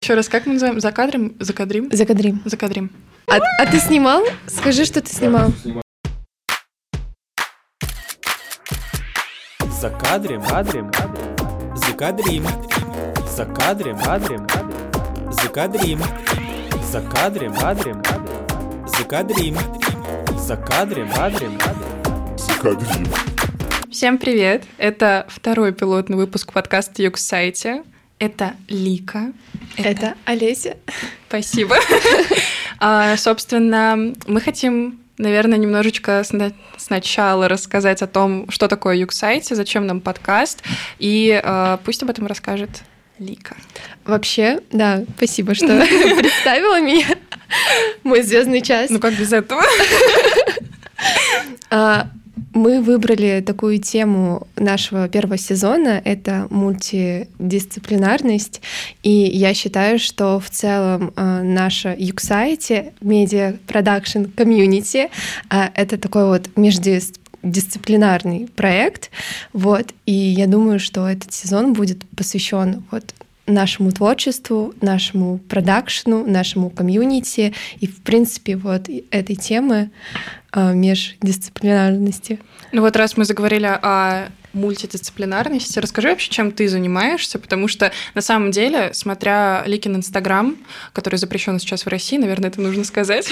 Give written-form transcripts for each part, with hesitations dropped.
Еще раз, как мы называем? Закадрим? Закадрим? Закадрим. Закадрим. А ты снимал? Скажи, что ты снимал. Закадрим, закадрим, закадрим, закадрим, закадрим, закадрим, закадрим, Закадрим. Всем привет! Это второй пилотный выпуск подкаста Юксайте. Это Лика. Это Олеся. Спасибо. Собственно, мы хотим, наверное, немножечко сначала рассказать о том, что такое Юксайте, зачем нам подкаст, и пусть об этом расскажет Лика. Вообще, да, спасибо, что представила меня. Мой звездный час. Ну как без этого? Мы выбрали такую тему нашего первого сезона — это мультидисциплинарность, и я считаю, что в целом наша Юксайте, медиа-продакшн комьюнити, это такой вот междисциплинарный проект, вот, и я думаю, что этот сезон будет посвящен вот нашему творчеству, нашему продакшну, нашему комьюнити и, в принципе, вот этой темы междисциплинарности. Ну вот раз мы заговорили о мультидисциплинарности, расскажи вообще, чем ты занимаешься, потому что на самом деле, смотря Ликин Инстаграм, который запрещен сейчас в России, наверное, это нужно сказать,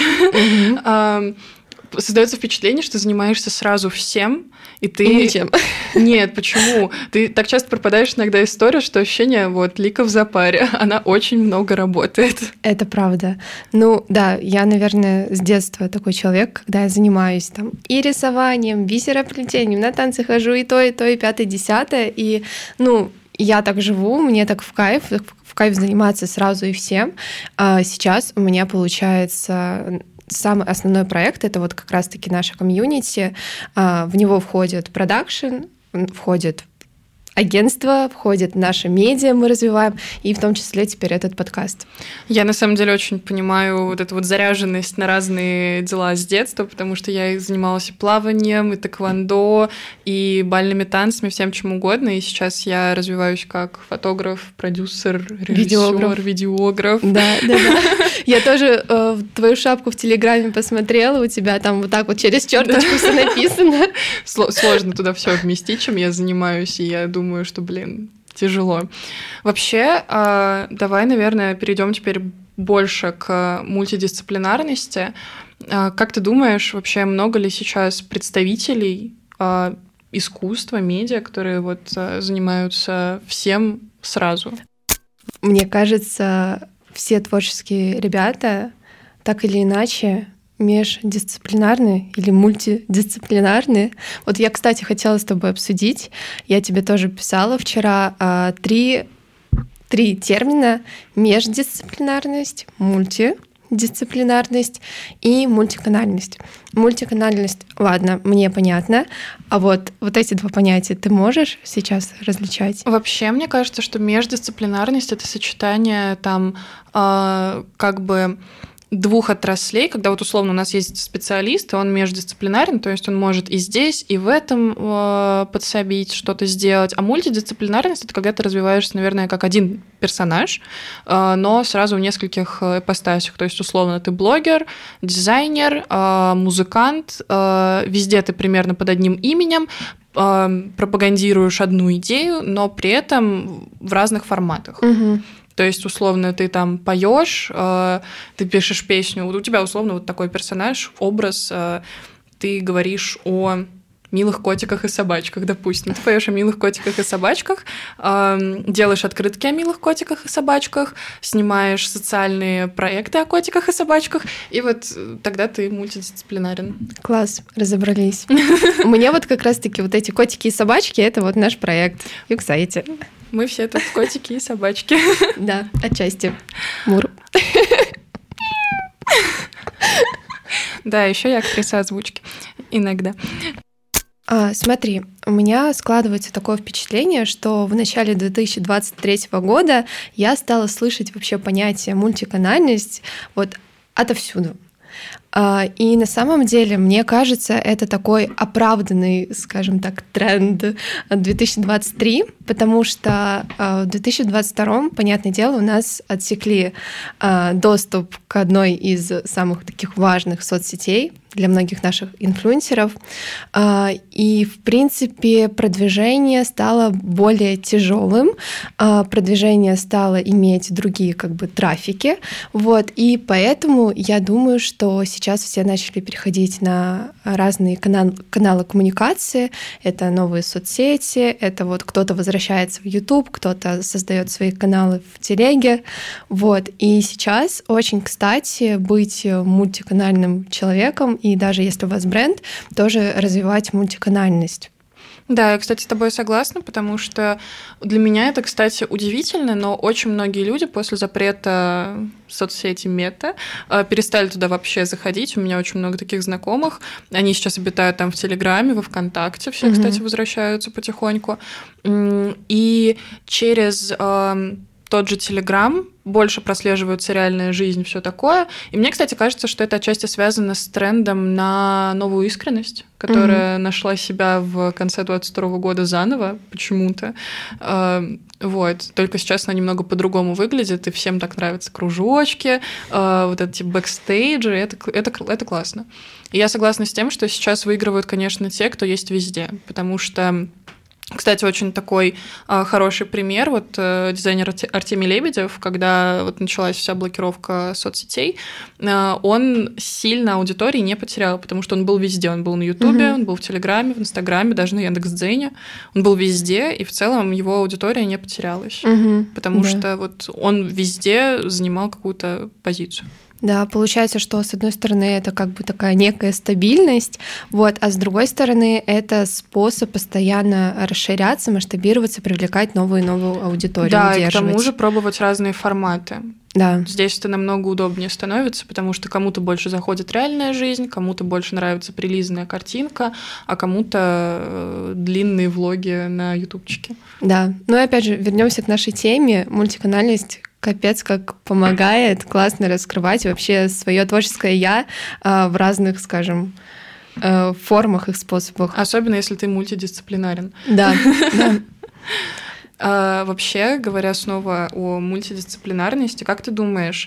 создается впечатление, что занимаешься сразу всем, и ты... Ничем. Нет, почему? Ты так часто пропадаешь иногда из сторис, что ощущение, вот, Лика в запаре, она очень много работает. Это правда. Ну да, я, наверное, с детства такой человек, когда я занимаюсь там и рисованием, бисероплетением, на танцы хожу, и то, и 5, и 10, и, ну, я так живу, мне так в кайф заниматься сразу и всем. А сейчас у меня получается... Самый основной проект — это вот как раз-таки наша комьюнити. В него входит продакшн, входит агентство, входит наше медиа, мы развиваем, и в том числе теперь этот подкаст. Я на самом деле очень понимаю вот эту вот заряженность на разные дела с детства, потому что я и занималась и плаванием, и тэквондо, и бальными танцами, всем чем угодно, и сейчас я развиваюсь как фотограф, продюсер, режиссер, видеограф. Да. Я тоже твою шапку в Телеграме посмотрела, у тебя там вот так вот через черточку все написано. Сложно туда все вместить, чем я занимаюсь, и я думаю, что, тяжело. Вообще, давай, наверное, перейдем теперь больше к мультидисциплинарности. Как ты думаешь, вообще много ли сейчас представителей искусства, медиа, которые вот занимаются всем сразу? Мне кажется, все творческие ребята так или иначе междисциплинарные или мультидисциплинарные. Вот я, кстати, хотела с тобой обсудить. Я тебе тоже писала вчера три термина: междисциплинарность, мультидисциплинарность и мультиканальность. Мультиканальность, ладно, мне понятно. А вот эти два понятия ты можешь сейчас различать? Вообще, мне кажется, что междисциплинарность — это сочетание там двух отраслей, когда вот условно у нас есть специалист, и он междисциплинарен, то есть он может и здесь, и в этом подсобить, что-то сделать. А мультидисциплинарность — это когда ты развиваешься, наверное, как один персонаж, но сразу в нескольких ипостасях. То есть условно ты блогер, дизайнер, музыкант, везде ты примерно под одним именем, пропагандируешь одну идею, но при этом в разных форматах. Угу. То есть, условно, ты там поешь, ты пишешь песню, у тебя, условно, вот такой персонаж, образ, ты говоришь о милых котиках и собачках, допустим. Ты поешь о милых котиках и собачках, делаешь открытки о милых котиках и собачках, снимаешь социальные проекты о котиках и собачках, и вот тогда ты мультидисциплинарен. Класс, разобрались. У меня вот как раз-таки вот эти котики и собачки — это вот наш проект Юксайте. Мы все тут котики и собачки. Да, отчасти. Мур. Да, еще я актриса озвучки. Иногда. Смотри, у меня складывается такое впечатление, что в начале 2023 года я стала слышать вообще понятие мультиканальность вот отовсюду. И на самом деле, мне кажется, это такой оправданный, скажем так, тренд 2023, потому что в 2022, понятное дело, у нас отсекли доступ к одной из самых таких важных соцсетей для многих наших инфлюенсеров. И, в принципе, продвижение стало более тяжелым, продвижение стало иметь другие как бы трафики. Вот. И поэтому я думаю, что сейчас все начали переходить на разные каналы коммуникации. Это новые соцсети, это вот кто-то возвращается в YouTube, кто-то создает свои каналы в Телеге. Вот. И сейчас очень кстати быть мультиканальным человеком, и даже если у вас бренд, тоже развивать мультиканальность. Да, я, кстати, с тобой согласна, потому что для меня это, кстати, удивительно, но очень многие люди после запрета соцсети Мета перестали туда вообще заходить. У меня очень много таких знакомых. Они сейчас обитают там в Телеграме, во ВКонтакте. Все, кстати, возвращаются потихоньку. И через тот же Телеграм больше прослеживается реальная жизнь, все такое. И мне, кстати, кажется, что это отчасти связано с трендом на новую искренность, которая нашла себя в конце 2022 года заново почему-то. Вот. Только сейчас она немного по-другому выглядит, и всем так нравятся кружочки, вот эти бэкстейджи, это классно. И я согласна с тем, что сейчас выигрывают, конечно, те, кто есть везде, потому что... Кстати, очень такой хороший пример. Вот дизайнер Артемий Лебедев, когда вот началась вся блокировка соцсетей, он сильно аудитории не потерял, потому что он был везде. Он был на Ютубе, он был в Телеграме, в Инстаграме, даже на Яндекс.Дзене. Он был везде, и в целом его аудитория не потерялась, потому что вот он везде занимал какую-то позицию. Да, получается, что с одной стороны это как бы такая некая стабильность, вот, а с другой стороны это способ постоянно расширяться, масштабироваться, привлекать новую и новую аудиторию. Да, и к тому же пробовать разные форматы. Да. Здесь это намного удобнее становится, потому что кому-то больше заходит реальная жизнь, кому-то больше нравится прилизанная картинка, а кому-то длинные влоги на ютубчике. Да, ну и опять же, вернемся к нашей теме. Мультиканальность капец как помогает классно раскрывать вообще свое творческое «я» в разных, скажем, формах и способах. Особенно, если ты мультидисциплинарен. Да, да. Вообще, говоря снова о мультидисциплинарности, как ты думаешь,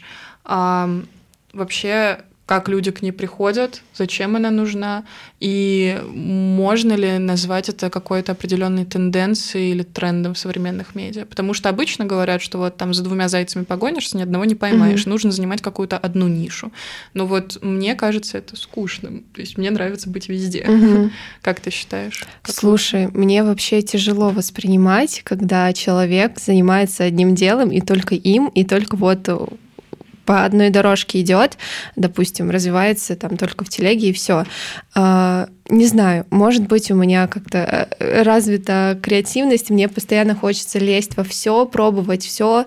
вообще, как люди к ней приходят, зачем она нужна, и можно ли назвать это какой-то определенной тенденцией или трендом в современных медиа? Потому что обычно говорят, что вот там за 2 зайцами погонишься, ни одного не поймаешь, нужно занимать какую-то одну нишу. Но вот мне кажется это скучным, то есть мне нравится быть везде. Как ты считаешь? Слушай, мне вообще тяжело воспринимать, когда человек занимается одним делом, и только им, и только вот по одной дорожке идет, допустим, развивается там только в телеге и все. Не знаю, может быть, у меня как-то развита креативность, мне постоянно хочется лезть во все, пробовать все,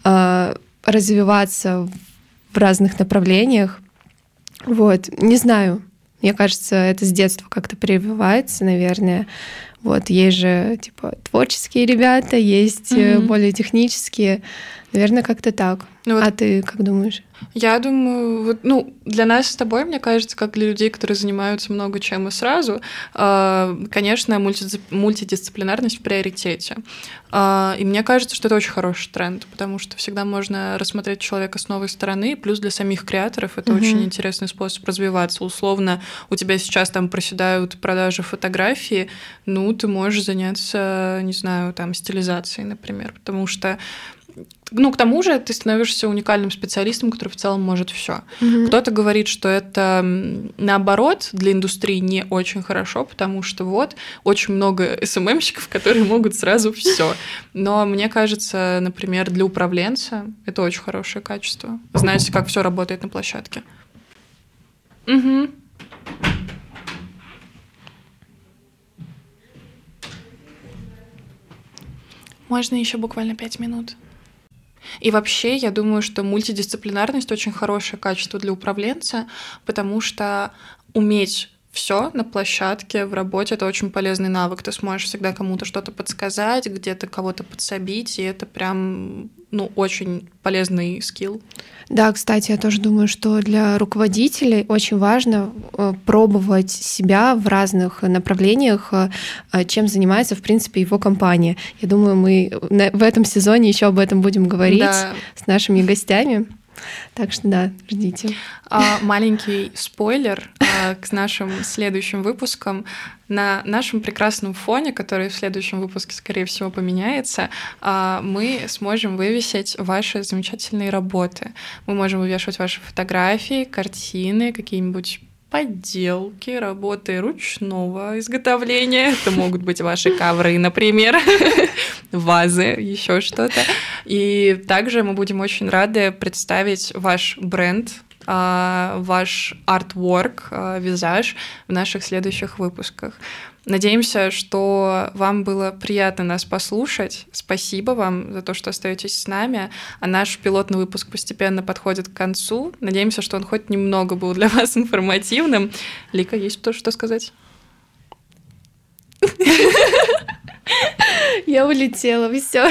развиваться в разных направлениях. Вот, не знаю. Мне кажется, это с детства как-то прививается, наверное. Вот, есть же типа творческие ребята, есть более технические. Наверное, как-то так. Ну, вот, а ты как думаешь? Я думаю, вот, ну, для нас с тобой, мне кажется, как для людей, которые занимаются много чем и сразу, конечно, мультидисциплинарность в приоритете. И мне кажется, что это очень хороший тренд, потому что всегда можно рассмотреть человека с новой стороны, плюс для самих креаторов это очень интересный способ развиваться. Условно, у тебя сейчас там проседают продажи фотографии, ну, ты можешь заняться, не знаю, там, стилизацией, например, потому что ну, к тому же ты становишься уникальным специалистом, который в целом может все. Кто-то говорит, что это, наоборот, для индустрии не очень хорошо, потому что вот очень много СММщиков, которые могут сразу все. Но мне кажется, например, для управленца это очень хорошее качество. Знаете, как все работает на площадке. Можно еще буквально 5 минут. И вообще, я думаю, что мультидисциплинарность очень хорошее качество для управленца, потому что уметь все на площадке, в работе — это очень полезный навык. Ты сможешь всегда кому-то что-то подсказать, где-то кого-то подсобить, и это прям очень полезный скилл. Да, кстати, я тоже думаю, что для руководителей очень важно пробовать себя в разных направлениях, чем занимается, в принципе, его компания. Я думаю, мы в этом сезоне еще об этом будем говорить с нашими гостями. Так что да, ждите. Маленький спойлер к нашим следующим выпускам. На нашем прекрасном фоне, который в следующем выпуске, скорее всего, поменяется, мы сможем вывесить ваши замечательные работы. Мы можем вывешивать ваши фотографии, картины, какие-нибудь подделки, работы ручного изготовления. Это могут быть ваши ковры, например, вазы, еще что-то. И также мы будем очень рады представить ваш бренд, ваш артворк, визаж в наших следующих выпусках. Надеемся, что вам было приятно нас послушать. Спасибо вам за то, что остаетесь с нами. А наш пилотный выпуск постепенно подходит к концу. Надеемся, что он хоть немного был для вас информативным. Лика, есть что сказать? Я улетела, все.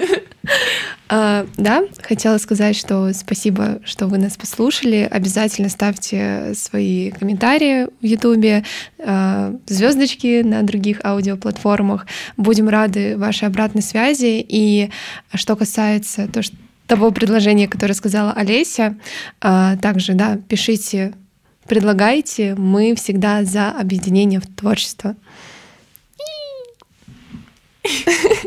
Да, хотела сказать, что спасибо, что вы нас послушали. Обязательно ставьте свои комментарии в Ютубе, звездочки на других аудиоплатформах. Будем рады вашей обратной связи. И что касается того предложения, которое сказала Олеся, также, да, пишите, предлагайте. Мы всегда за объединение в творчество.